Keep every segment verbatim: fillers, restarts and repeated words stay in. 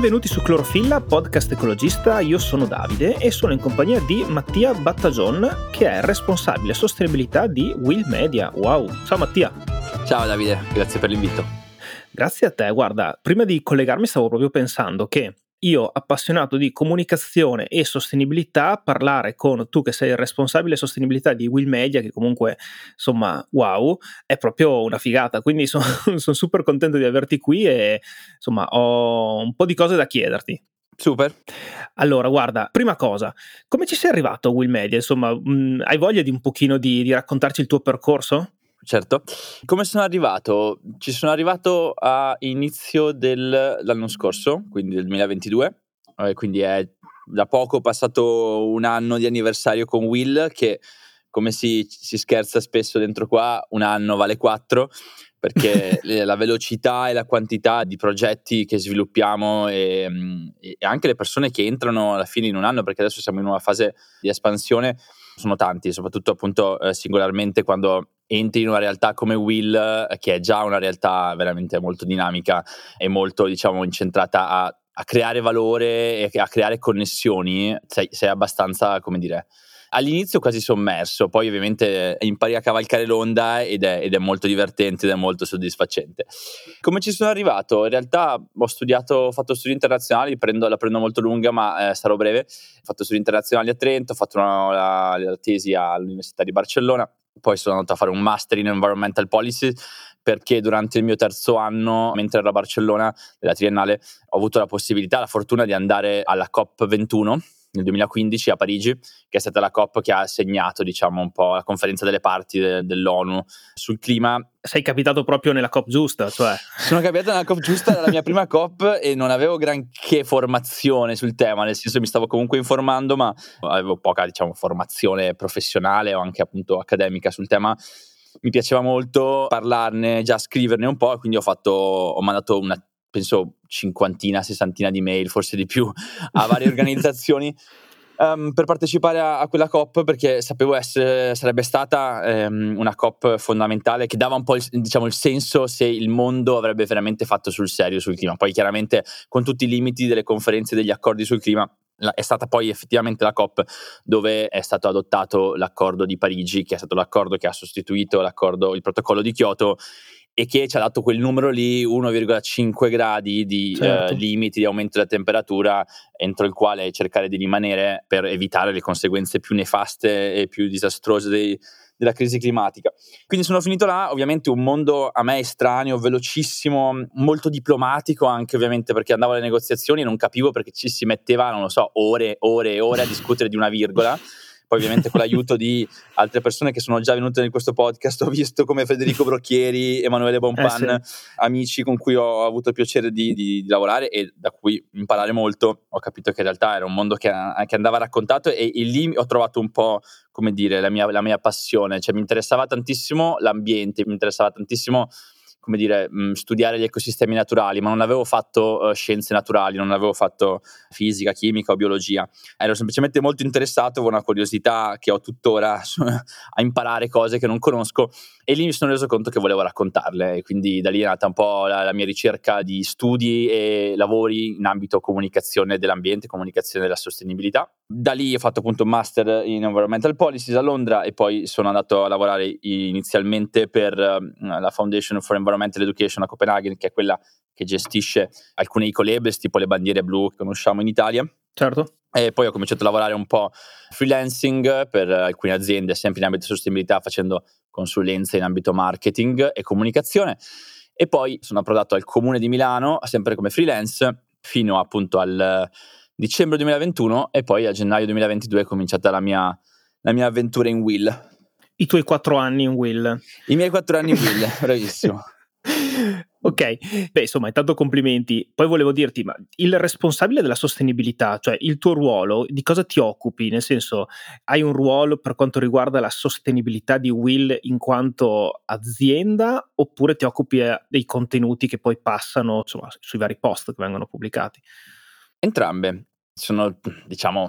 Benvenuti su Clorofilla, podcast ecologista. Io sono Davide e sono in compagnia di Mattia Battagion, che è responsabile sostenibilità di Will Media. Wow, ciao Mattia. Ciao Davide, grazie per l'invito. Grazie a te. Guarda, prima di collegarmi stavo proprio pensando che io, appassionato di comunicazione e sostenibilità, parlare con tu che sei il responsabile sostenibilità di Will Media, che comunque, insomma, wow, è proprio una figata. Quindi sono, sono super contento di averti qui e, insomma, ho un po' di cose da chiederti. Super. Allora, guarda, prima cosa, come ci sei arrivato a Will Media? Insomma, mh, hai voglia di un pochino di, di raccontarci il tuo percorso? Certo. Come sono arrivato? Ci sono arrivato a inizio dell'anno scorso, quindi del duemilaventidue, eh, quindi è da poco passato un anno di anniversario con Will, che come si, si scherza spesso dentro qua, un anno vale quattro, perché la velocità e la quantità di progetti che sviluppiamo e, e anche le persone che entrano alla fine in un anno, perché adesso siamo in una fase di espansione, sono tanti, soprattutto appunto eh, singolarmente quando entri in una realtà come Will, eh, che è già una realtà veramente molto dinamica e molto, diciamo, incentrata a, a creare valore e a creare connessioni, sei, sei abbastanza, come dire, all'inizio quasi sommerso, poi ovviamente impari a cavalcare l'onda ed è, ed è molto divertente ed è molto soddisfacente. Come ci sono arrivato? In realtà ho studiato, ho fatto studi internazionali, prendo, la prendo molto lunga ma eh, sarò breve. Ho fatto studi internazionali a Trento, ho fatto una, la, la tesi all'Università di Barcellona, poi sono andato a fare un master in Environmental Policy, perché durante il mio terzo anno, mentre ero a Barcellona, della triennale, ho avuto la possibilità, la fortuna di andare alla COP ventuno nel duemilaquindici a Parigi, che è stata la COP che ha segnato, diciamo, un po' la conferenza delle parti de- dell'ONU sul clima. Sei capitato proprio nella COP giusta, cioè. Sono capitato nella COP giusta, era la mia prima COP e non avevo granché formazione sul tema, nel senso mi stavo comunque informando, ma avevo poca, diciamo, formazione professionale o anche appunto accademica sul tema. Mi piaceva molto parlarne, già scriverne un po', quindi ho fatto, ho mandato una, penso, cinquantina, sessantina di mail, forse di più, a varie organizzazioni um, per partecipare a, a quella COP, perché sapevo essere, sarebbe stata um, una COP fondamentale che dava un po' il, diciamo, il senso se il mondo avrebbe veramente fatto sul serio sul clima. Poi chiaramente con tutti i limiti delle conferenze e degli accordi sul clima, è stata poi effettivamente la COP dove è stato adottato l'accordo di Parigi, che è stato l'accordo che ha sostituito l'accordo, il protocollo di Kyoto, e che ci ha dato quel numero lì, uno virgola cinque gradi di Certo. eh, limiti di aumento della temperatura, entro il quale cercare di rimanere per evitare le conseguenze più nefaste e più disastrose dei, della crisi climatica. Quindi sono finito là, ovviamente un mondo a me estraneo, velocissimo, molto diplomatico anche, ovviamente, perché andavo alle negoziazioni e non capivo perché ci si metteva, non lo so, ore, ore e ore a discutere di una virgola. Poi ovviamente con l'aiuto di altre persone che sono già venute in questo podcast, ho visto come Federico Brocchieri, Emanuele Bonpan, Eh sì. amici con cui ho avuto il piacere di, di, di lavorare e da cui imparare molto. Ho capito che in realtà era un mondo che, che andava raccontato e, e lì ho trovato un po', come dire, la mia, la mia passione. Cioè mi interessava tantissimo l'ambiente, mi interessava tantissimo, come dire, mh, studiare gli ecosistemi naturali, ma non avevo fatto uh, scienze naturali, non avevo fatto fisica, chimica o biologia. Ero semplicemente molto interessato, avevo una curiosità che ho tuttora a imparare cose che non conosco, e lì mi sono reso conto che volevo raccontarle, e quindi da lì è nata un po' la, la mia ricerca di studi e lavori in ambito comunicazione dell'ambiente, comunicazione della sostenibilità. Da lì ho fatto appunto un master in Environmental Policies a Londra e poi sono andato a lavorare inizialmente per uh, la Foundation for Environmental Education a Copenaghen, che è quella che gestisce alcuni ecolabels tipo le bandiere blu che conosciamo in Italia. Certo. E poi ho cominciato a lavorare un po' freelancing per alcune aziende, sempre in ambito sostenibilità, facendo consulenze in ambito marketing e comunicazione. E poi sono approdato al Comune di Milano, sempre come freelance, fino appunto al dicembre duemilaventuno, e poi a gennaio duemilaventidue è cominciata la mia, la mia avventura in Will. I tuoi quattro anni in Will. I miei quattro anni in Will, bravissimo. Ok, beh, insomma, intanto complimenti. Poi volevo dirti, ma il responsabile della sostenibilità, cioè il tuo ruolo, di cosa ti occupi? Nel senso, hai un ruolo per quanto riguarda la sostenibilità di Will in quanto azienda, oppure ti occupi eh, dei contenuti che poi passano, insomma, sui vari post che vengono pubblicati? Entrambe. Sono, diciamo,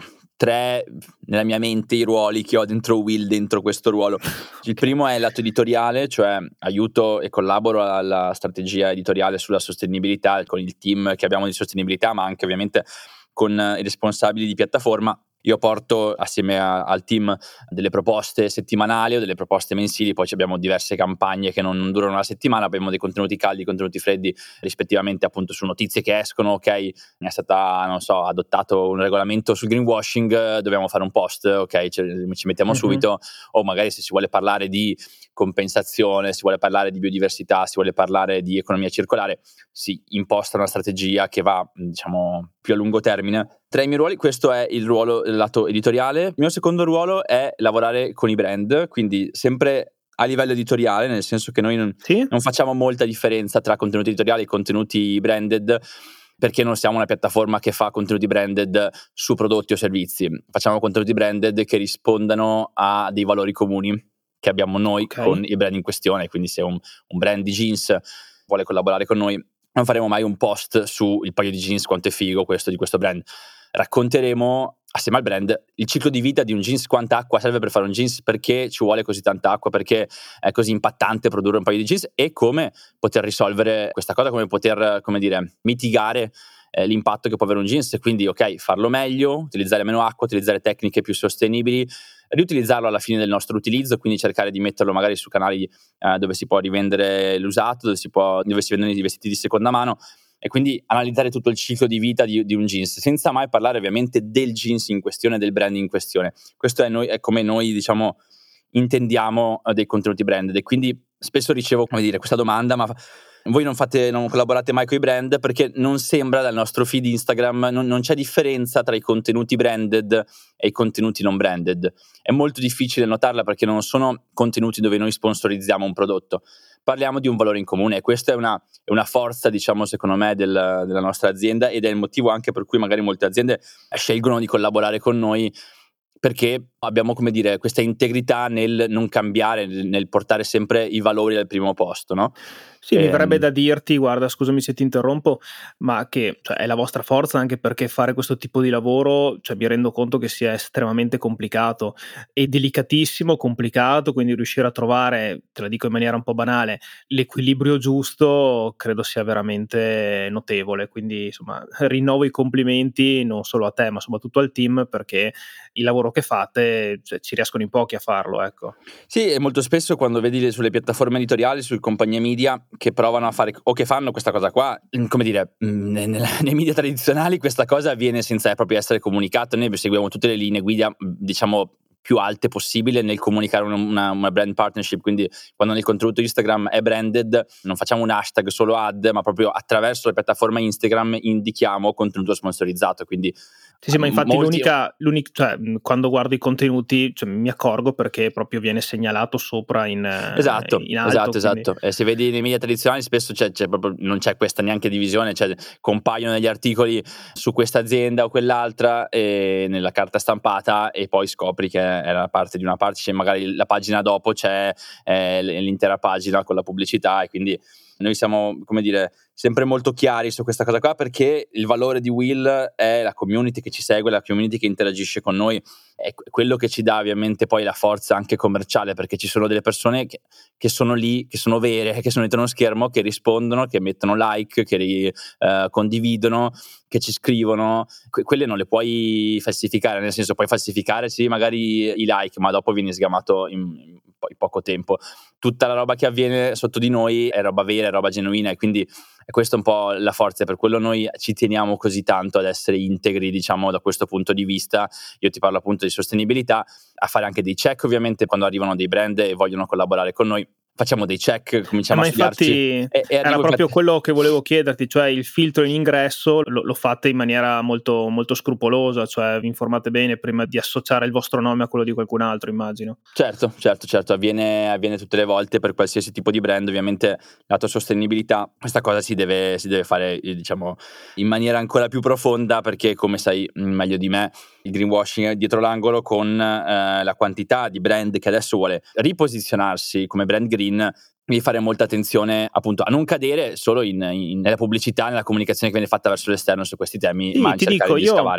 tre, nella mia mente, i ruoli che ho dentro Will, dentro questo ruolo. Il primo è il lato editoriale, cioè aiuto e collaboro alla strategia editoriale sulla sostenibilità con il team che abbiamo di sostenibilità, ma anche ovviamente con i responsabili di piattaforma. Io porto assieme a, al team delle proposte settimanali o delle proposte mensili, poi abbiamo diverse campagne che non durano una settimana, abbiamo dei contenuti caldi, contenuti freddi, rispettivamente appunto su notizie che escono, ok, è stata, non so, adottato un regolamento sul greenwashing, dobbiamo fare un post, ok, ci, ci mettiamo uh-huh. subito, o magari se si vuole parlare di compensazione, si vuole parlare di biodiversità, si vuole parlare di economia circolare, si imposta una strategia che va, diciamo, più a lungo termine. Tra i miei ruoli, questo è il ruolo del lato editoriale. Il mio secondo ruolo è lavorare con i brand, quindi sempre a livello editoriale, nel senso che noi non, sì? non facciamo molta differenza tra contenuti editoriali e contenuti branded, perché non siamo una piattaforma che fa contenuti branded su prodotti o servizi. Facciamo contenuti branded che rispondano a dei valori comuni che abbiamo noi okay. con i brand in questione. Quindi se un, un brand di jeans vuole collaborare con noi, non faremo mai un post su il paio di jeans, quanto è figo questo di questo brand. Racconteremo assieme al brand il ciclo di vita di un jeans, quanta acqua serve per fare un jeans, perché ci vuole così tanta acqua, perché è così impattante produrre un paio di jeans e come poter risolvere questa cosa, come poter, come dire, mitigare eh, l'impatto che può avere un jeans. E quindi ok, farlo meglio, utilizzare meno acqua, utilizzare tecniche più sostenibili, riutilizzarlo alla fine del nostro utilizzo, quindi cercare di metterlo magari su canali eh, dove si può rivendere l'usato, dove si, può, dove si vendono i vestiti di seconda mano, e quindi analizzare tutto il ciclo di vita di, di un jeans, senza mai parlare ovviamente del jeans in questione, del brand in questione. Questo è, noi, è come noi, diciamo, intendiamo dei contenuti branded. E quindi spesso ricevo, come dire, questa domanda: ma voi non fate, non collaborate mai con i brand? Perché non sembra dal nostro feed Instagram, non, non c'è differenza tra i contenuti branded e i contenuti non branded. È molto difficile notarla perché non sono contenuti dove noi sponsorizziamo un prodotto. Parliamo di un valore in comune, e questa è una, è una forza, diciamo, secondo me, del, della nostra azienda, ed è il motivo anche per cui magari molte aziende scelgono di collaborare con noi, perché abbiamo, come dire, questa integrità nel non cambiare, nel portare sempre i valori al primo posto, no? Sì, mi verrebbe da dirti, guarda, scusami se ti interrompo, ma che cioè, è la vostra forza, anche perché fare questo tipo di lavoro, cioè, mi rendo conto che sia estremamente complicato e delicatissimo, complicato, quindi riuscire a trovare, te la dico in maniera un po' banale, l'equilibrio giusto credo sia veramente notevole. Quindi insomma rinnovo i complimenti non solo a te ma soprattutto al team, perché il lavoro che fate, cioè, ci riescono in pochi a farlo, ecco. Sì, e molto spesso quando vedi sulle piattaforme editoriali, sulle compagnie media che provano a fare o che fanno questa cosa qua, come dire, nei, nei media tradizionali questa cosa avviene senza proprio essere comunicato. Noi seguiamo tutte le linee guida, diciamo, più alte possibile nel comunicare una, una brand partnership. Quindi quando nel contenuto Instagram è branded, non facciamo un hashtag solo ad, ma proprio attraverso la piattaforma Instagram indichiamo contenuto sponsorizzato. Quindi sì, sì, ma infatti molti... l'unica, l'unica cioè, quando guardo i contenuti, cioè, mi accorgo perché proprio viene segnalato sopra in, esatto, in alto. Esatto, quindi... esatto. E se vedi nei media tradizionali spesso c'è, c'è proprio, non c'è questa neanche divisione, cioè compaiono degli articoli su questa azienda o quell'altra e nella carta stampata, e poi scopri che era parte di una parte, c'è magari la pagina dopo c'è eh, l'intera pagina con la pubblicità. E quindi noi siamo, come dire, sempre molto chiari su questa cosa qua, perché il valore di Will è la community che ci segue, la community che interagisce con noi, è quello che ci dà ovviamente poi la forza anche commerciale, perché ci sono delle persone che, che sono lì, che sono vere, che sono dietro uno schermo, che rispondono, che mettono like, che ri, eh, condividono, che ci scrivono. Que- quelle non le puoi falsificare, nel senso, puoi falsificare sì magari i like, ma dopo vieni sgamato in, in, in poco tempo. Tutta la roba che avviene sotto di noi è roba vera, è roba genuina, e quindi è questa un po' la forza. Per quello noi ci teniamo così tanto ad essere integri, diciamo, da questo punto di vista. Io ti parlo appunto di sostenibilità, a fare anche dei check ovviamente quando arrivano dei brand e vogliono collaborare con noi. Facciamo dei check, cominciamo eh, a studiarci. Ma infatti e, e era proprio che... quello che volevo chiederti, cioè il filtro in ingresso lo, lo fate in maniera molto, molto scrupolosa, cioè vi informate bene prima di associare il vostro nome a quello di qualcun altro, immagino. Certo, certo, certo, avviene, avviene tutte le volte per qualsiasi tipo di brand. Ovviamente lato sostenibilità, questa cosa si deve, si deve fare, diciamo, in maniera ancora più profonda, perché come sai meglio di me, il greenwashing è dietro l'angolo, con eh, la quantità di brand che adesso vuole riposizionarsi come brand green. Devi fare molta attenzione appunto a non cadere solo in, in, nella pubblicità, nella comunicazione che viene fatta verso l'esterno su questi temi, sì, ma ti cercare dico, di io... scavare.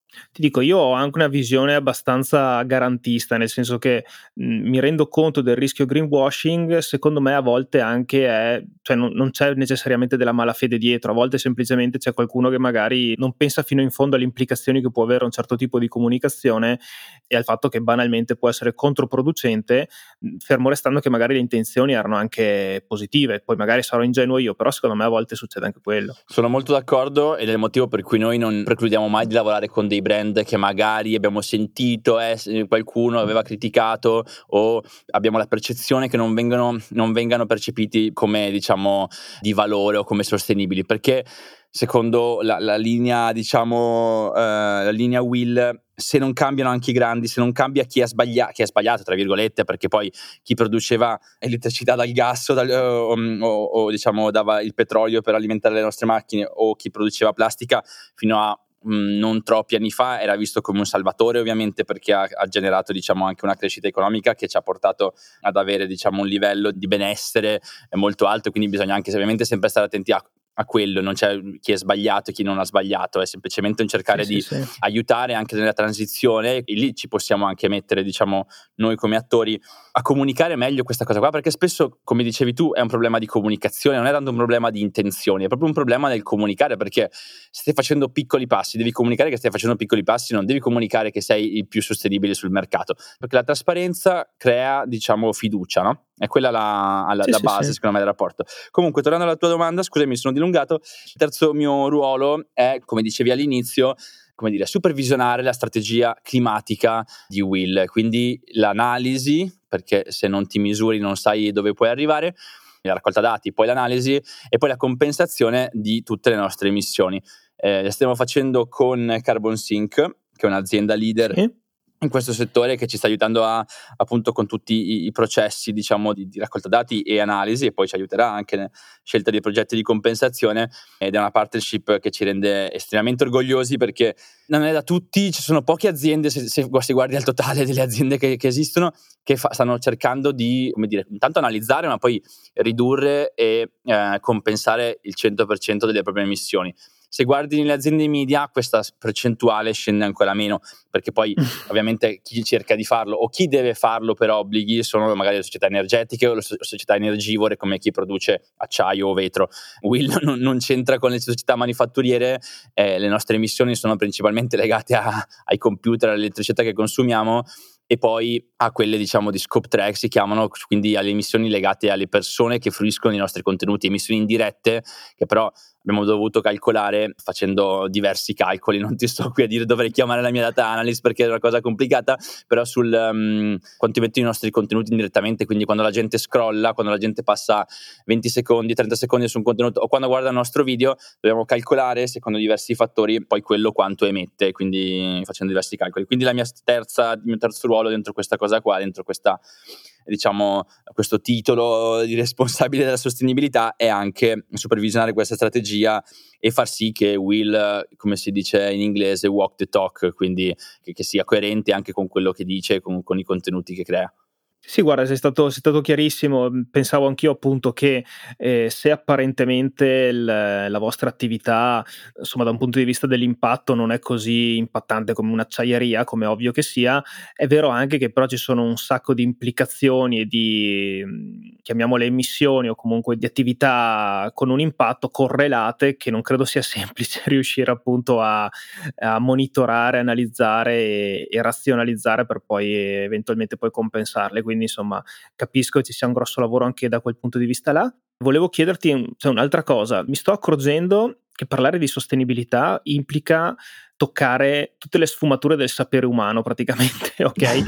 Ti dico, io ho anche una visione abbastanza garantista, nel senso che mh, mi rendo conto del rischio greenwashing. Secondo me a volte anche è, cioè non, non c'è necessariamente della malafede dietro, a volte semplicemente c'è qualcuno che magari non pensa fino in fondo alle implicazioni che può avere un certo tipo di comunicazione e al fatto che banalmente può essere controproducente, mh, fermo restando che magari le intenzioni erano anche positive. Poi magari sarò ingenuo io, però secondo me a volte succede anche quello. Sono molto d'accordo ed è il motivo per cui noi non precludiamo mai di lavorare con dei brand che magari abbiamo sentito eh, qualcuno aveva criticato, o abbiamo la percezione che non vengano, non vengano percepiti come, diciamo, di valore o come sostenibili, perché secondo la, la linea, diciamo, eh, la linea Will, se non cambiano anche i grandi, se non cambia chi ha sbagliato, chi ha sbagliato tra virgolette, perché poi chi produceva elettricità dal gas o, dal, o, o, o diciamo dava il petrolio per alimentare le nostre macchine, o chi produceva plastica fino a mh, non troppi anni fa era visto come un salvatore, ovviamente, perché ha, ha generato, diciamo, anche una crescita economica che ci ha portato ad avere, diciamo, un livello di benessere molto alto, quindi bisogna anche ovviamente sempre stare attenti a a quello, non c'è chi è sbagliato e chi non ha sbagliato, è semplicemente un cercare Sì, di sì, sì. aiutare anche nella transizione, e lì ci possiamo anche mettere, diciamo, noi come attori a comunicare meglio questa cosa qua, perché spesso, come dicevi tu, è un problema di comunicazione, non è tanto un problema di intenzioni, è proprio un problema nel comunicare, perché stai facendo piccoli passi, devi comunicare che stai facendo piccoli passi, non devi comunicare che sei il più sostenibile sul mercato, perché la trasparenza crea, diciamo, fiducia, no? È quella la, la, Sì, la sì, base, sì. secondo me, del rapporto. Comunque, tornando alla tua domanda, scusami, mi sono dilungato. Il terzo mio ruolo è, come dicevi all'inizio, come dire, supervisionare la strategia climatica di Will, quindi l'analisi, perché se non ti misuri non sai dove puoi arrivare, la raccolta dati, poi l'analisi e poi la compensazione di tutte le nostre emissioni. Eh, la stiamo facendo con Carbon Sync, che è un'azienda leader Sì. in questo settore, che ci sta aiutando a, appunto, con tutti i, i processi, diciamo, di, di raccolta dati e analisi, e poi ci aiuterà anche nella scelta dei progetti di compensazione, ed è una partnership che ci rende estremamente orgogliosi, perché non è da tutti, ci sono poche aziende, se, se si guardi al totale delle aziende che, che esistono, che fa, stanno cercando di, come dire, intanto analizzare, ma poi ridurre e eh, compensare il cento per cento delle proprie emissioni. Se guardi nelle aziende media questa percentuale scende ancora meno, perché poi ovviamente chi cerca di farlo o chi deve farlo per obblighi sono magari le società energetiche o le società energivore, come chi produce acciaio o vetro. Will non, non c'entra con le società manifatturiere, eh, le nostre emissioni sono principalmente legate a, ai computer, all'elettricità che consumiamo, e poi a quelle, diciamo, di scope tre, si chiamano, quindi alle emissioni legate alle persone che fruiscono i nostri contenuti, emissioni indirette che però abbiamo dovuto calcolare facendo diversi calcoli. Non ti sto qui a dire, dovrei chiamare la mia data analyst perché è una cosa complicata, però sul um, quanto mettono i nostri contenuti indirettamente, quindi quando la gente scrolla, quando la gente passa venti secondi, trenta secondi su un contenuto, o quando guarda il nostro video, dobbiamo calcolare secondo diversi fattori poi quello quanto emette, quindi facendo diversi calcoli. Quindi la mia terza, il mio terzo ruolo dentro questa cosa qua, dentro questa, diciamo, questo titolo di responsabile della sostenibilità, è anche supervisionare questa strategia e far sì che Will, come si dice in inglese, walk the talk, quindi che, che sia coerente anche con quello che dice, con, con i contenuti che crea. Sì, guarda, sei stato sei stato chiarissimo. Mhmm, pensavo anch'io appunto che, ehm, se apparentemente il la vostra attività, insomma, da un punto di vista dell'impatto non è così impattante come un'acciaieria, come è ovvio che sia, è vero anche che però ci sono un sacco di implicazioni e di, mhmm, chiamiamole emissioni o comunque di attività con un impatto correlate, che non credo sia semplice riuscire appunto a a monitorare, analizzare e e razionalizzare per poi eventualmente poi compensarle. Quindi insomma capisco che ci sia un grosso lavoro anche da quel punto di vista là. Volevo chiederti un cioè un'altra cosa: mi sto accorgendo che parlare di sostenibilità implica toccare tutte le sfumature del sapere umano praticamente, okay,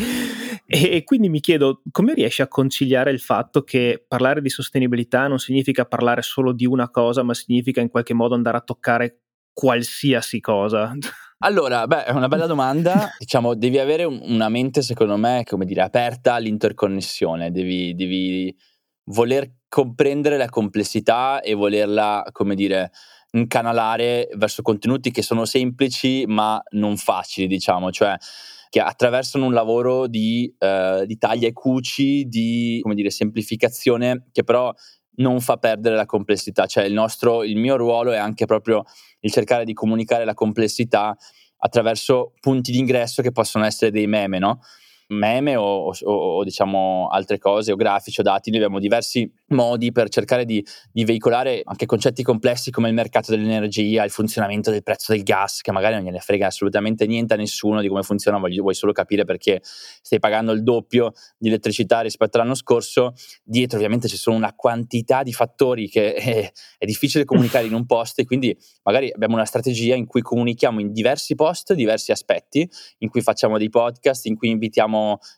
e e quindi mi chiedo: come riesci a conciliare il fatto che parlare di sostenibilità non significa parlare solo di una cosa, ma significa in qualche modo andare a toccare qualsiasi cosa? Allora, beh, è una bella domanda. Diciamo, devi avere un- una mente, secondo me, come dire, aperta all'interconnessione, devi, devi voler comprendere la complessità e volerla, come dire, incanalare verso contenuti che sono semplici ma non facili, diciamo, cioè che attraversano un lavoro di, eh, di taglia e cuci, di, come dire, semplificazione, che però non fa perdere la complessità. Cioè il nostro, il mio ruolo è anche proprio il cercare di comunicare la complessità attraverso punti di ingresso che possono essere dei meme, no? Meme o, o, o diciamo altre cose o grafici o dati. Noi abbiamo diversi modi per cercare di, di veicolare anche concetti complessi come il mercato dell'energia, il funzionamento del prezzo del gas, che magari non gliene frega assolutamente niente a nessuno di come funziona, voglio, vuoi solo capire perché stai pagando il doppio di elettricità rispetto all'anno scorso. Dietro ovviamente ci sono una quantità di fattori che è, è difficile comunicare in un post, e quindi magari abbiamo una strategia in cui comunichiamo in diversi post diversi aspetti, in cui facciamo dei podcast, in cui invitiamo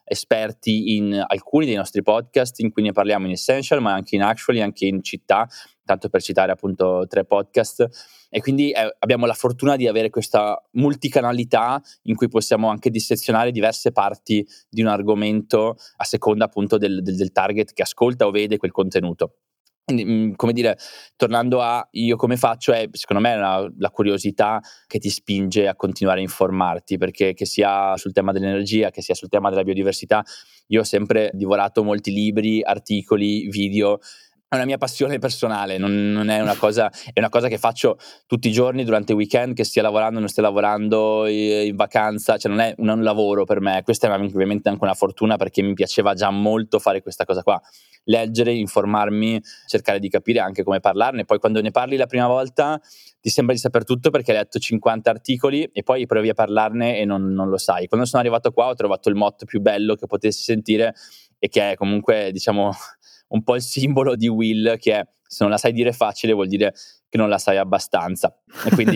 esperti in alcuni dei nostri podcast, in cui ne parliamo in Essential ma anche in Actually, anche in Città, tanto per citare appunto tre podcast. E quindi eh, abbiamo la fortuna di avere questa multicanalità in cui possiamo anche dissezionare diverse parti di un argomento a seconda appunto del, del, del target che ascolta o vede quel contenuto. Quindi, come dire, tornando a io come faccio, è secondo me la, la curiosità che ti spinge a continuare a informarti, perché che sia sul tema dell'energia, che sia sul tema della biodiversità, io ho sempre divorato molti libri, articoli, video. È una mia passione personale, non, non è una cosa, è una cosa che faccio tutti i giorni durante il weekend, che stia lavorando, non stia lavorando, in vacanza, cioè non è un, un lavoro per me. Questa è ovviamente anche una fortuna, perché mi piaceva già molto fare questa cosa qua, leggere, informarmi, cercare di capire anche come parlarne. Poi quando ne parli la prima volta ti sembra di saper tutto perché hai letto cinquanta articoli e poi provi a parlarne e non, non lo sai. Quando sono arrivato qua ho trovato il motto più bello che potessi sentire, e che è comunque, diciamo, un po' il simbolo di Will, che è: se non la sai dire facile vuol dire che non la sai abbastanza. E quindi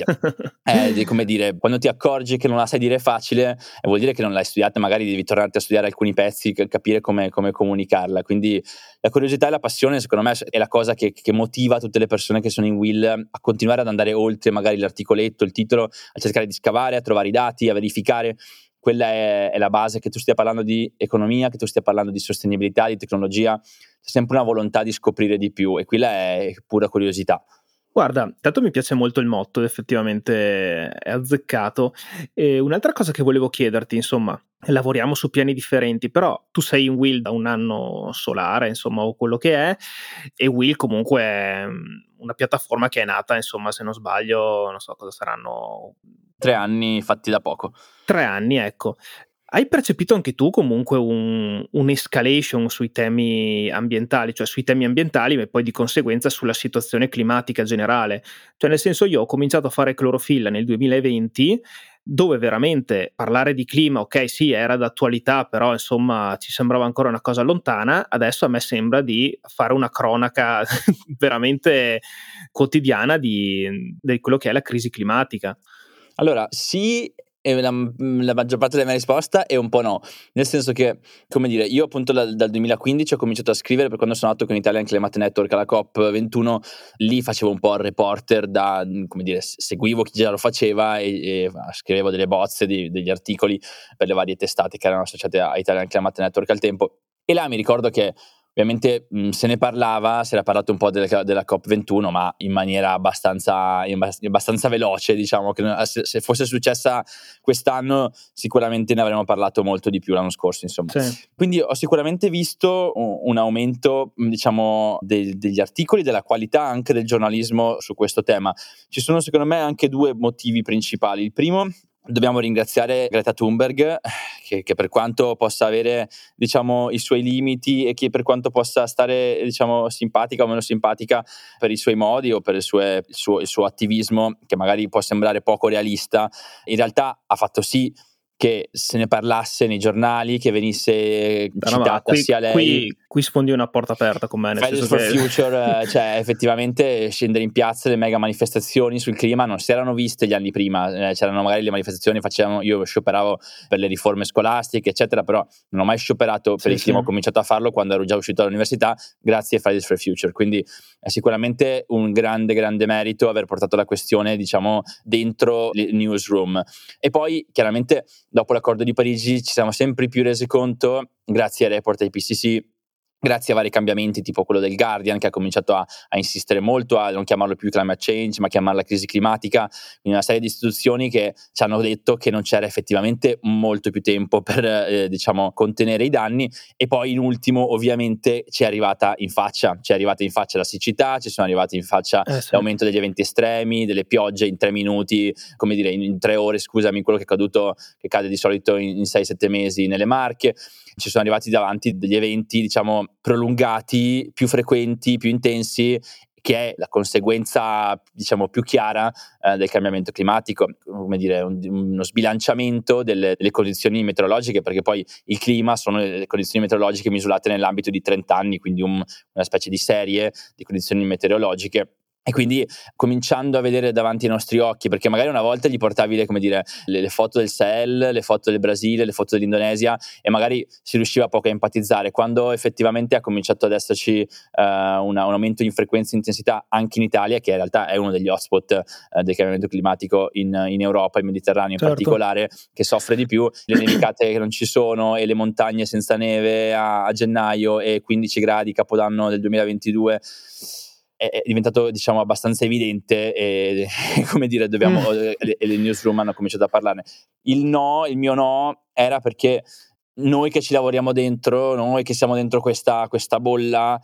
è come dire, quando ti accorgi che non la sai dire facile vuol dire che non l'hai studiata, magari devi tornarti a studiare alcuni pezzi, capire come, come comunicarla. Quindi la curiosità e la passione secondo me è la cosa che, che motiva tutte le persone che sono in Will a continuare ad andare oltre magari l'articoletto, il titolo, a cercare di scavare, a trovare i dati, a verificare. Quella è, è la base, che tu stia parlando di economia, che tu stia parlando di sostenibilità, di tecnologia, c'è sempre una volontà di scoprire di più, e quella è pura curiosità. Guarda, tanto mi piace molto il motto, effettivamente è azzeccato. E un'altra cosa che volevo chiederti, insomma, lavoriamo su piani differenti, però tu sei in Will da un anno solare, insomma, o quello che è, e Will comunque è una piattaforma che è nata, insomma, se non sbaglio, non so cosa saranno... Tre anni fatti da poco. Tre anni, ecco. Hai percepito anche tu comunque un, un'escalation sui temi ambientali, cioè sui temi ambientali, e poi di conseguenza sulla situazione climatica generale? Cioè, nel senso, io ho cominciato a fare clorofilla nel duemilaventi, dove veramente parlare di clima, ok, sì, era d'attualità, però insomma ci sembrava ancora una cosa lontana. Adesso a me sembra di fare una cronaca veramente quotidiana di, di quello che è la crisi climatica. Allora, sì, e la, la maggior parte della mia risposta è un po' no, nel senso che, come dire, io appunto dal, dal duemilaquindici ho cominciato a scrivere, per quando sono andato con Italian Climate Network alla COP ventuno, lì facevo un po' il reporter, da, come dire, seguivo chi già lo faceva e, e scrivevo delle bozze di, degli articoli per le varie testate che erano associate a Italian Climate Network al tempo, e là mi ricordo che ovviamente mh, se ne parlava, si era parlato un po' delle, della COP ventuno, ma in maniera abbastanza, abbastanza veloce, diciamo, che se, se fosse successa quest'anno sicuramente ne avremmo parlato molto di più l'anno scorso, insomma. Sì. Quindi ho sicuramente visto un, un aumento, diciamo, de, degli articoli, della qualità anche del giornalismo su questo tema. Ci sono secondo me anche due motivi principali. Il primo, dobbiamo ringraziare Greta Thunberg, che, che per quanto possa avere, diciamo, i suoi limiti, e che per quanto possa stare, diciamo, simpatica o meno simpatica per i suoi modi o per il, sue, il, suo, il suo attivismo, che magari può sembrare poco realista, in realtà ha fatto sì che se ne parlasse nei giornali, che venisse Però citata no, qui, sia lei. Qui, qui sfondi una porta aperta con me. Nel Fridays senso for che... Future, cioè effettivamente scendere in piazza, le mega manifestazioni sul clima non si erano viste gli anni prima, eh, c'erano magari le manifestazioni, facevano, io scioperavo per le riforme scolastiche eccetera, però non ho mai scioperato per sì, il clima, sì. ho cominciato a farlo quando ero già uscito dall'università grazie a Fridays for Future, quindi è sicuramente un grande grande merito aver portato la questione, diciamo, dentro il newsroom. E poi chiaramente dopo l'accordo di Parigi ci siamo sempre più resi conto, grazie ai report I P C C, grazie a vari cambiamenti tipo quello del Guardian, che ha cominciato a, a insistere molto a non chiamarlo più climate change ma chiamarla crisi climatica, quindi una serie di istituzioni che ci hanno detto che non c'era effettivamente molto più tempo per eh, diciamo contenere i danni. E poi in ultimo ovviamente ci è arrivata in faccia ci è arrivata in faccia la siccità, ci sono arrivati in faccia Eh sì. l'aumento degli eventi estremi, delle piogge in tre minuti, come dire in, in tre ore, scusami, quello che è caduto, che cade di solito in, in sei sette mesi nelle Marche. Ci sono arrivati davanti degli eventi diciamo prolungati, più frequenti, più intensi, che è la conseguenza diciamo più chiara eh, del cambiamento climatico, come dire un, uno sbilanciamento delle, delle condizioni meteorologiche, perché poi il clima sono le condizioni meteorologiche misurate nell'ambito di trenta anni, quindi un, una specie di serie di condizioni meteorologiche. E quindi cominciando a vedere davanti ai nostri occhi, perché magari una volta gli portavi le, come dire, le, le foto del Sahel, le foto del Brasile, le foto dell'Indonesia e magari si riusciva poco a empatizzare. Quando effettivamente ha cominciato ad esserci uh, una, un aumento di frequenza e intensità anche in Italia, che in realtà è uno degli hotspot uh, del cambiamento climatico in, in Europa, in Mediterraneo in certo. particolare, che soffre di più, le nevicate che non ci sono e le montagne senza neve a, a gennaio e quindici gradi Capodanno del duemilaventidue, è diventato diciamo abbastanza evidente e come dire dobbiamo mm. e le newsroom hanno cominciato a parlarne. Il no, il mio no era perché noi che ci lavoriamo dentro, noi che siamo dentro questa, questa bolla,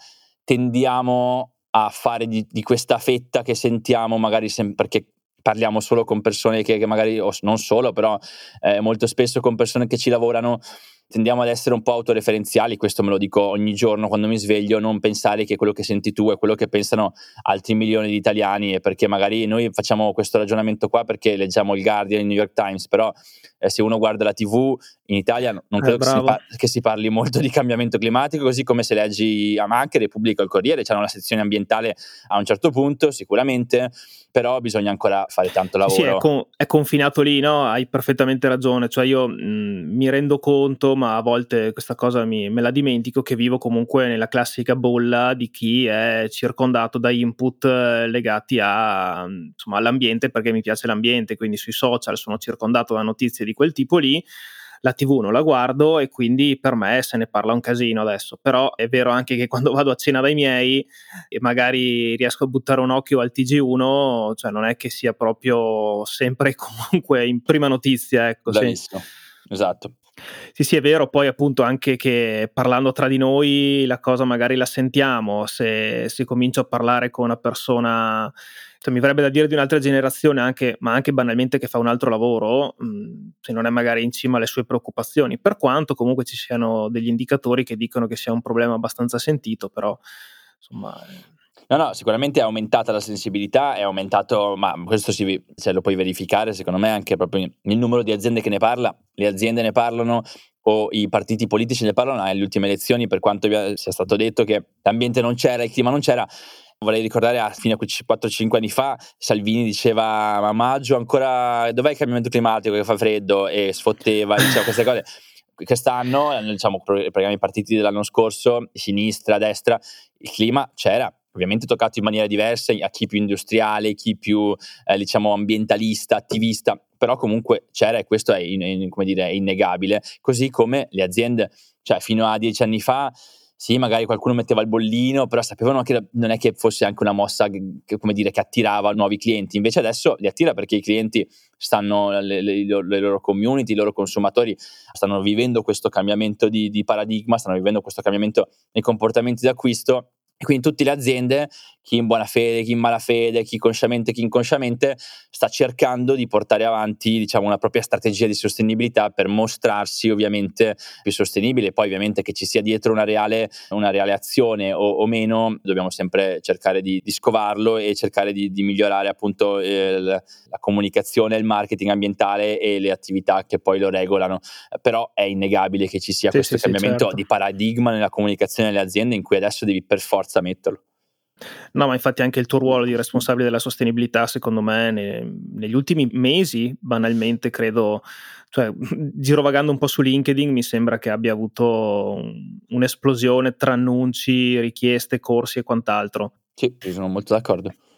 tendiamo a fare di, di questa fetta che sentiamo magari sem- perché parliamo solo con persone che, che magari, o non solo, però eh, molto spesso con persone che ci lavorano, tendiamo ad essere un po' autoreferenziali. Questo me lo dico ogni giorno quando mi sveglio, non pensare che quello che senti tu è quello che pensano altri milioni di italiani, e perché magari noi facciamo questo ragionamento qua perché leggiamo il Guardian, il New York Times, però eh, se uno guarda la tivù in Italia non credo eh, che si, par- che si parli molto di cambiamento climatico, così come se leggi ma anche Repubblica o il Corriere, c'hanno una sezione ambientale a un certo punto sicuramente, però bisogna ancora fare tanto lavoro. Sì, sì, è, con, è confinato lì, no? Hai perfettamente ragione, cioè io mh, mi rendo conto, ma a volte questa cosa mi, me la dimentico, che vivo comunque nella classica bolla di chi è circondato da input legati a, insomma, all'ambiente, perché mi piace l'ambiente, quindi sui social sono circondato da notizie di quel tipo lì. La tivù non la guardo e quindi per me se ne parla un casino adesso, però è vero anche che quando vado a cena dai miei e magari riesco a buttare un occhio al T G uno, cioè non è che sia proprio sempre comunque in prima notizia, ecco. Bravissimo, sì. Esatto. Sì, sì, è vero, poi appunto anche che parlando tra di noi la cosa magari la sentiamo, se si comincia a parlare con una persona, cioè mi verrebbe da dire di un'altra generazione, anche, ma anche banalmente che fa un altro lavoro, mh, se non è magari in cima alle sue preoccupazioni, per quanto comunque ci siano degli indicatori che dicono che sia un problema abbastanza sentito, però insomma... No, no, sicuramente è aumentata la sensibilità, è aumentato, ma questo si, cioè, lo puoi verificare secondo me anche proprio il numero di aziende che ne parla, le aziende ne parlano o i partiti politici ne parlano alle ultime elezioni, per quanto sia stato detto che l'ambiente non c'era, il clima non c'era. Vorrei ricordare a fino a quattro cinque anni fa Salvini diceva a maggio ancora dov'è il cambiamento climatico che fa freddo, e sfotteva, diceva queste cose. Quest'anno, diciamo, i partiti dell'anno scorso, sinistra, destra, il clima c'era, ovviamente toccato in maniera diversa a chi più industriale, chi più eh, diciamo ambientalista, attivista, però comunque c'era, e questo è, in, in, come dire, è innegabile, così come le aziende, cioè fino a dieci anni fa sì, magari qualcuno metteva il bollino, però sapevano che non è che fosse anche una mossa che, come dire, che attirava nuovi clienti. Invece adesso li attira perché i clienti stanno, le, le, le loro community, i loro consumatori stanno vivendo questo cambiamento di, di paradigma, stanno vivendo questo cambiamento nei comportamenti di acquisto. E quindi tutte le aziende, chi in buona fede, chi in malafede, chi consciamente, chi inconsciamente, sta cercando di portare avanti, diciamo, una propria strategia di sostenibilità per mostrarsi ovviamente più sostenibile. Poi ovviamente che ci sia dietro una reale, una reale azione o, o meno, dobbiamo sempre cercare di, di scovarlo e cercare di, di migliorare appunto eh, la comunicazione, il marketing ambientale e le attività che poi lo regolano. Però è innegabile che ci sia sì, questo sì, cambiamento sì, certo. di paradigma nella comunicazione delle aziende, in cui adesso devi per forza metterlo. No, ma infatti anche il tuo ruolo di responsabile della sostenibilità, secondo me, ne, negli ultimi mesi, banalmente, credo, cioè, girovagando un po' su LinkedIn, mi sembra che abbia avuto un, un'esplosione tra annunci, richieste, corsi e quant'altro. Sì, sono molto d'accordo.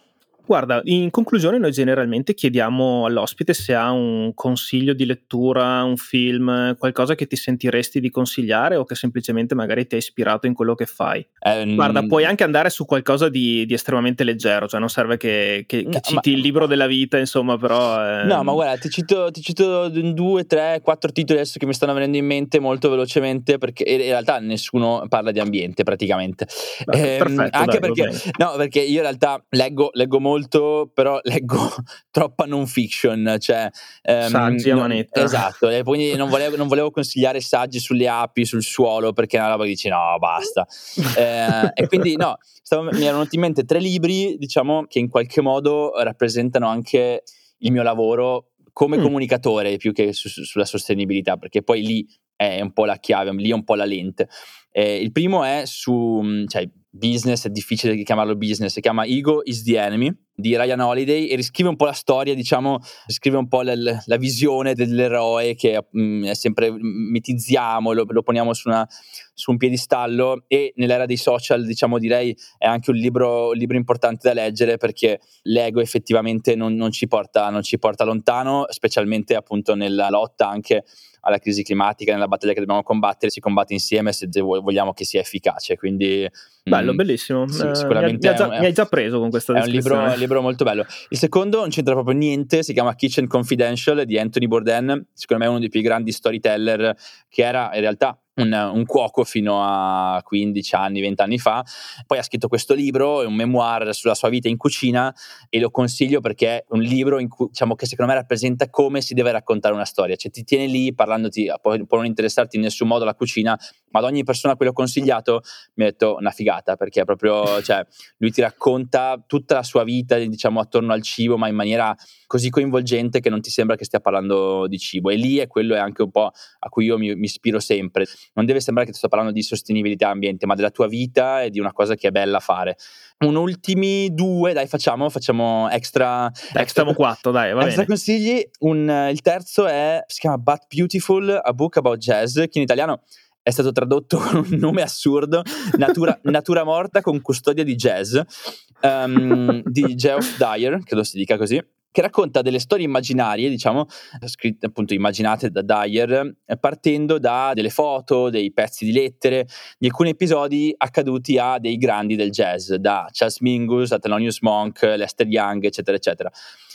Guarda, in conclusione noi generalmente chiediamo all'ospite se ha un consiglio di lettura, un film, qualcosa che ti sentiresti di consigliare o che semplicemente magari ti ha ispirato in quello che fai. Guarda, Ehm, puoi anche andare su qualcosa di, di estremamente leggero, cioè non serve che, che- no, che ma citi il libro della vita, insomma, però... No, ma ehm, guarda, ti cito, ti cito due, tre, quattro titoli adesso che mi stanno venendo in mente molto velocemente, perché in realtà nessuno parla di ambiente praticamente. beh, Ehm, perfetto, anche dai, va perché, bene. no, perché io in realtà leggo, leggo molto, però leggo troppa non fiction, cioè, ehm, Saggi a no- manetta. esatto, e quindi non volevo, non volevo consigliare saggi sulle api, sul suolo, perché è una roba che dici no, basta. Eh, e quindi no, stavo- mi erano venuti in mente tre libri, diciamo, che in qualche modo rappresentano anche il mio lavoro come Mm. comunicatore più che su- su- sulla sostenibilità, perché poi lì è un po' la chiave, lì è un po' la lente. Eh, il primo è su, mh, cioè, business, è difficile chiamarlo business, si chiama Ego is the Enemy di Ryan Holiday e riscrive un po' la storia, diciamo, riscrive un po' la, la visione dell'eroe che mh, è sempre mitizziamo, lo, lo poniamo su, una, su un piedistallo, e nell'era dei social, diciamo, direi è anche un libro, un libro importante da leggere, perché l'ego effettivamente non, non ci porta, non ci porta lontano, specialmente appunto nella lotta anche alla crisi climatica, nella battaglia che dobbiamo combattere, si combatte insieme se vogliamo che sia efficace. Quindi Bello, mh, bellissimo. sì, Eh, mi, ha- mi sicuramente ha è già- un, mi hai già preso con questa è un libro, un descrizione. libro molto bello. Il secondo non c'entra proprio niente, si chiama Kitchen Confidential di Anthony Bourdain, secondo me è uno dei più grandi storyteller, che era in realtà un, un cuoco fino a quindici anni, venti anni fa. Poi ha scritto questo libro, è un memoir sulla sua vita in cucina, e lo consiglio perché è un libro in cui, diciamo, che secondo me rappresenta come si deve raccontare una storia, cioè ti tiene lì parlandoti, può, può non interessarti in nessun modo la cucina, ma ad ogni persona a cui l'ho consigliato mi ha detto una figata, perché è proprio, cioè, lui ti racconta tutta la sua vita, diciamo, attorno al cibo, ma in maniera così coinvolgente che non ti sembra che stia parlando di cibo, e lì è quello è anche un po' a cui io mi, mi ispiro sempre. Non deve sembrare che ti sto parlando di sostenibilità ambiente, ma della tua vita e di una cosa che è bella fare. Un ultimi due, dai, facciamo, facciamo extra, Dai, extra, facciamo quattro, dai, va extra bene. consigli. Un, il terzo è, si chiama But Beautiful, a book about jazz, che in italiano è stato tradotto con un nome assurdo, Natura, Natura morta con custodia di jazz, um, di Geoff Dyer, credo si dica così, che racconta delle storie immaginarie, diciamo, scritte appunto immaginate da Dyer, eh, partendo da delle foto, dei pezzi di lettere, di alcuni episodi accaduti a dei grandi del jazz, da Charles Mingus a Thelonious Monk, Lester Young, eccetera, eccetera.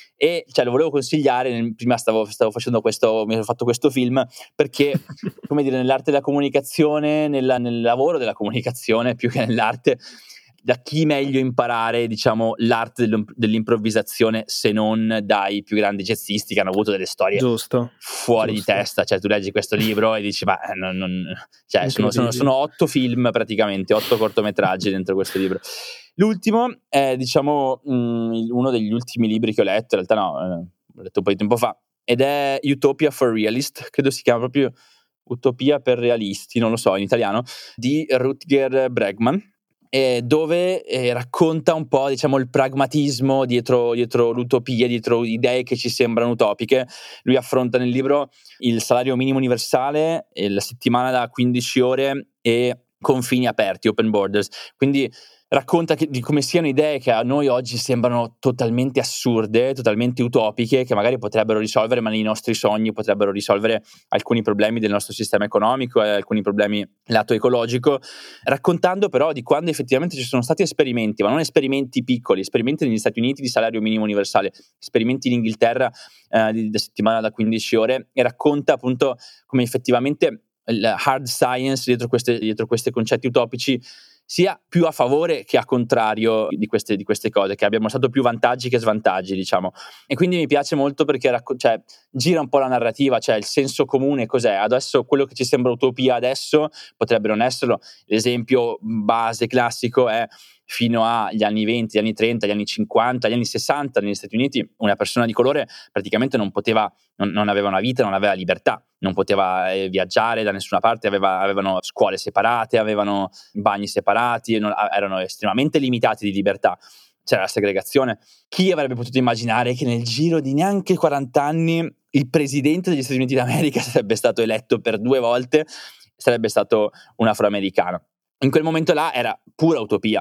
E cioè, lo volevo consigliare, prima stavo, stavo facendo questo, mi ho fatto questo film, perché, come dire, nell'arte della comunicazione, nella, nel lavoro della comunicazione, più che nell'arte, da chi meglio imparare, diciamo, l'arte dell'improvvisazione se non dai più grandi jazzisti che hanno avuto delle storie Giusto, fuori di giusto. testa. Cioè, tu leggi questo libro e dici, ma non, non, cioè, sono, sono, Incredibile. sono otto film praticamente, otto cortometraggi dentro questo libro. L'ultimo è, diciamo, mh, uno degli ultimi libri che ho letto, in realtà no, eh, l'ho letto un po' di tempo fa, ed è Utopia for Realists, credo si chiama proprio Utopia per realisti, non lo so in italiano, di Rutger Bregman, eh, dove eh, racconta un po', diciamo, il pragmatismo dietro, dietro l'utopia, dietro idee che ci sembrano utopiche. Lui affronta nel libro il salario minimo universale, eh, la settimana da quindici ore e confini aperti, open borders. Quindi racconta che, di come siano idee che a noi oggi sembrano totalmente assurde, totalmente utopiche, che magari potrebbero risolvere, ma nei nostri sogni potrebbero risolvere alcuni problemi del nostro sistema economico e alcuni problemi lato ecologico, raccontando però di quando effettivamente ci sono stati esperimenti, ma non esperimenti piccoli, esperimenti negli Stati Uniti di salario minimo universale, esperimenti in Inghilterra eh, di, di settimana da quindici ore, e racconta appunto come effettivamente il hard science dietro queste, dietro questi concetti utopici sia più a favore che a contrario di queste, di queste cose, che abbiamo stato più vantaggi che svantaggi, diciamo. E quindi mi piace molto perché racco- cioè, gira un po' la narrativa, cioè il senso comune cos'è. Adesso quello che ci sembra utopia adesso potrebbe non esserlo. L'esempio base classico è fino agli anni venti, agli anni trenta, agli anni cinquanta, agli anni sessanta negli Stati Uniti una persona di colore praticamente non poteva, non, non aveva una vita, non aveva libertà, non poteva eh, viaggiare da nessuna parte, aveva, avevano scuole separate, avevano bagni separati, non, erano estremamente limitati di libertà, c'era la segregazione. Chi avrebbe potuto immaginare che nel giro di neanche quaranta anni il presidente degli Stati Uniti d'America sarebbe stato eletto per due volte, sarebbe stato un afroamericano? In quel momento là era pura utopia.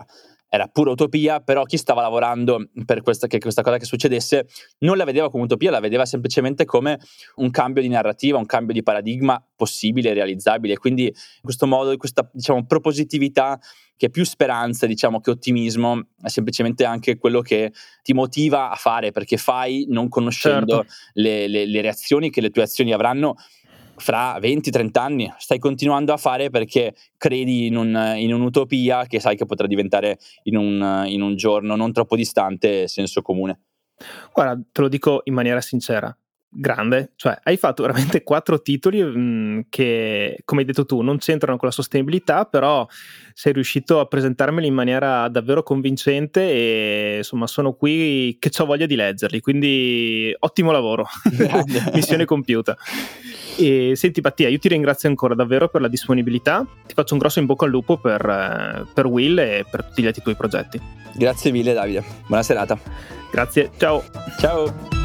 era pura utopia, però chi stava lavorando per questa, che questa cosa che succedesse non la vedeva come utopia, la vedeva semplicemente come un cambio di narrativa, un cambio di paradigma possibile e realizzabile. Quindi in questo modo, questa, diciamo, propositività, che è più speranza, diciamo, che ottimismo, è semplicemente anche quello che ti motiva a fare, perché fai non conoscendo Certo. le, le, le reazioni che le tue azioni avranno fra venti trenta anni. Stai continuando a fare perché credi in, un, in un'utopia che sai che potrà diventare in un, in un giorno non troppo distante senso comune. Guarda, te lo dico in maniera sincera, grande, cioè hai fatto veramente quattro titoli mh, che, come hai detto tu, non c'entrano con la sostenibilità, però sei riuscito a presentarmeli in maniera davvero convincente e insomma sono qui che ho voglia di leggerli, quindi ottimo lavoro. Missione compiuta. E senti Mattia, io ti ringrazio ancora davvero per la disponibilità, ti faccio un grosso in bocca al lupo per, per Will e per tutti gli altri tuoi progetti. Grazie mille Davide, buona serata. Grazie, ciao. Ciao.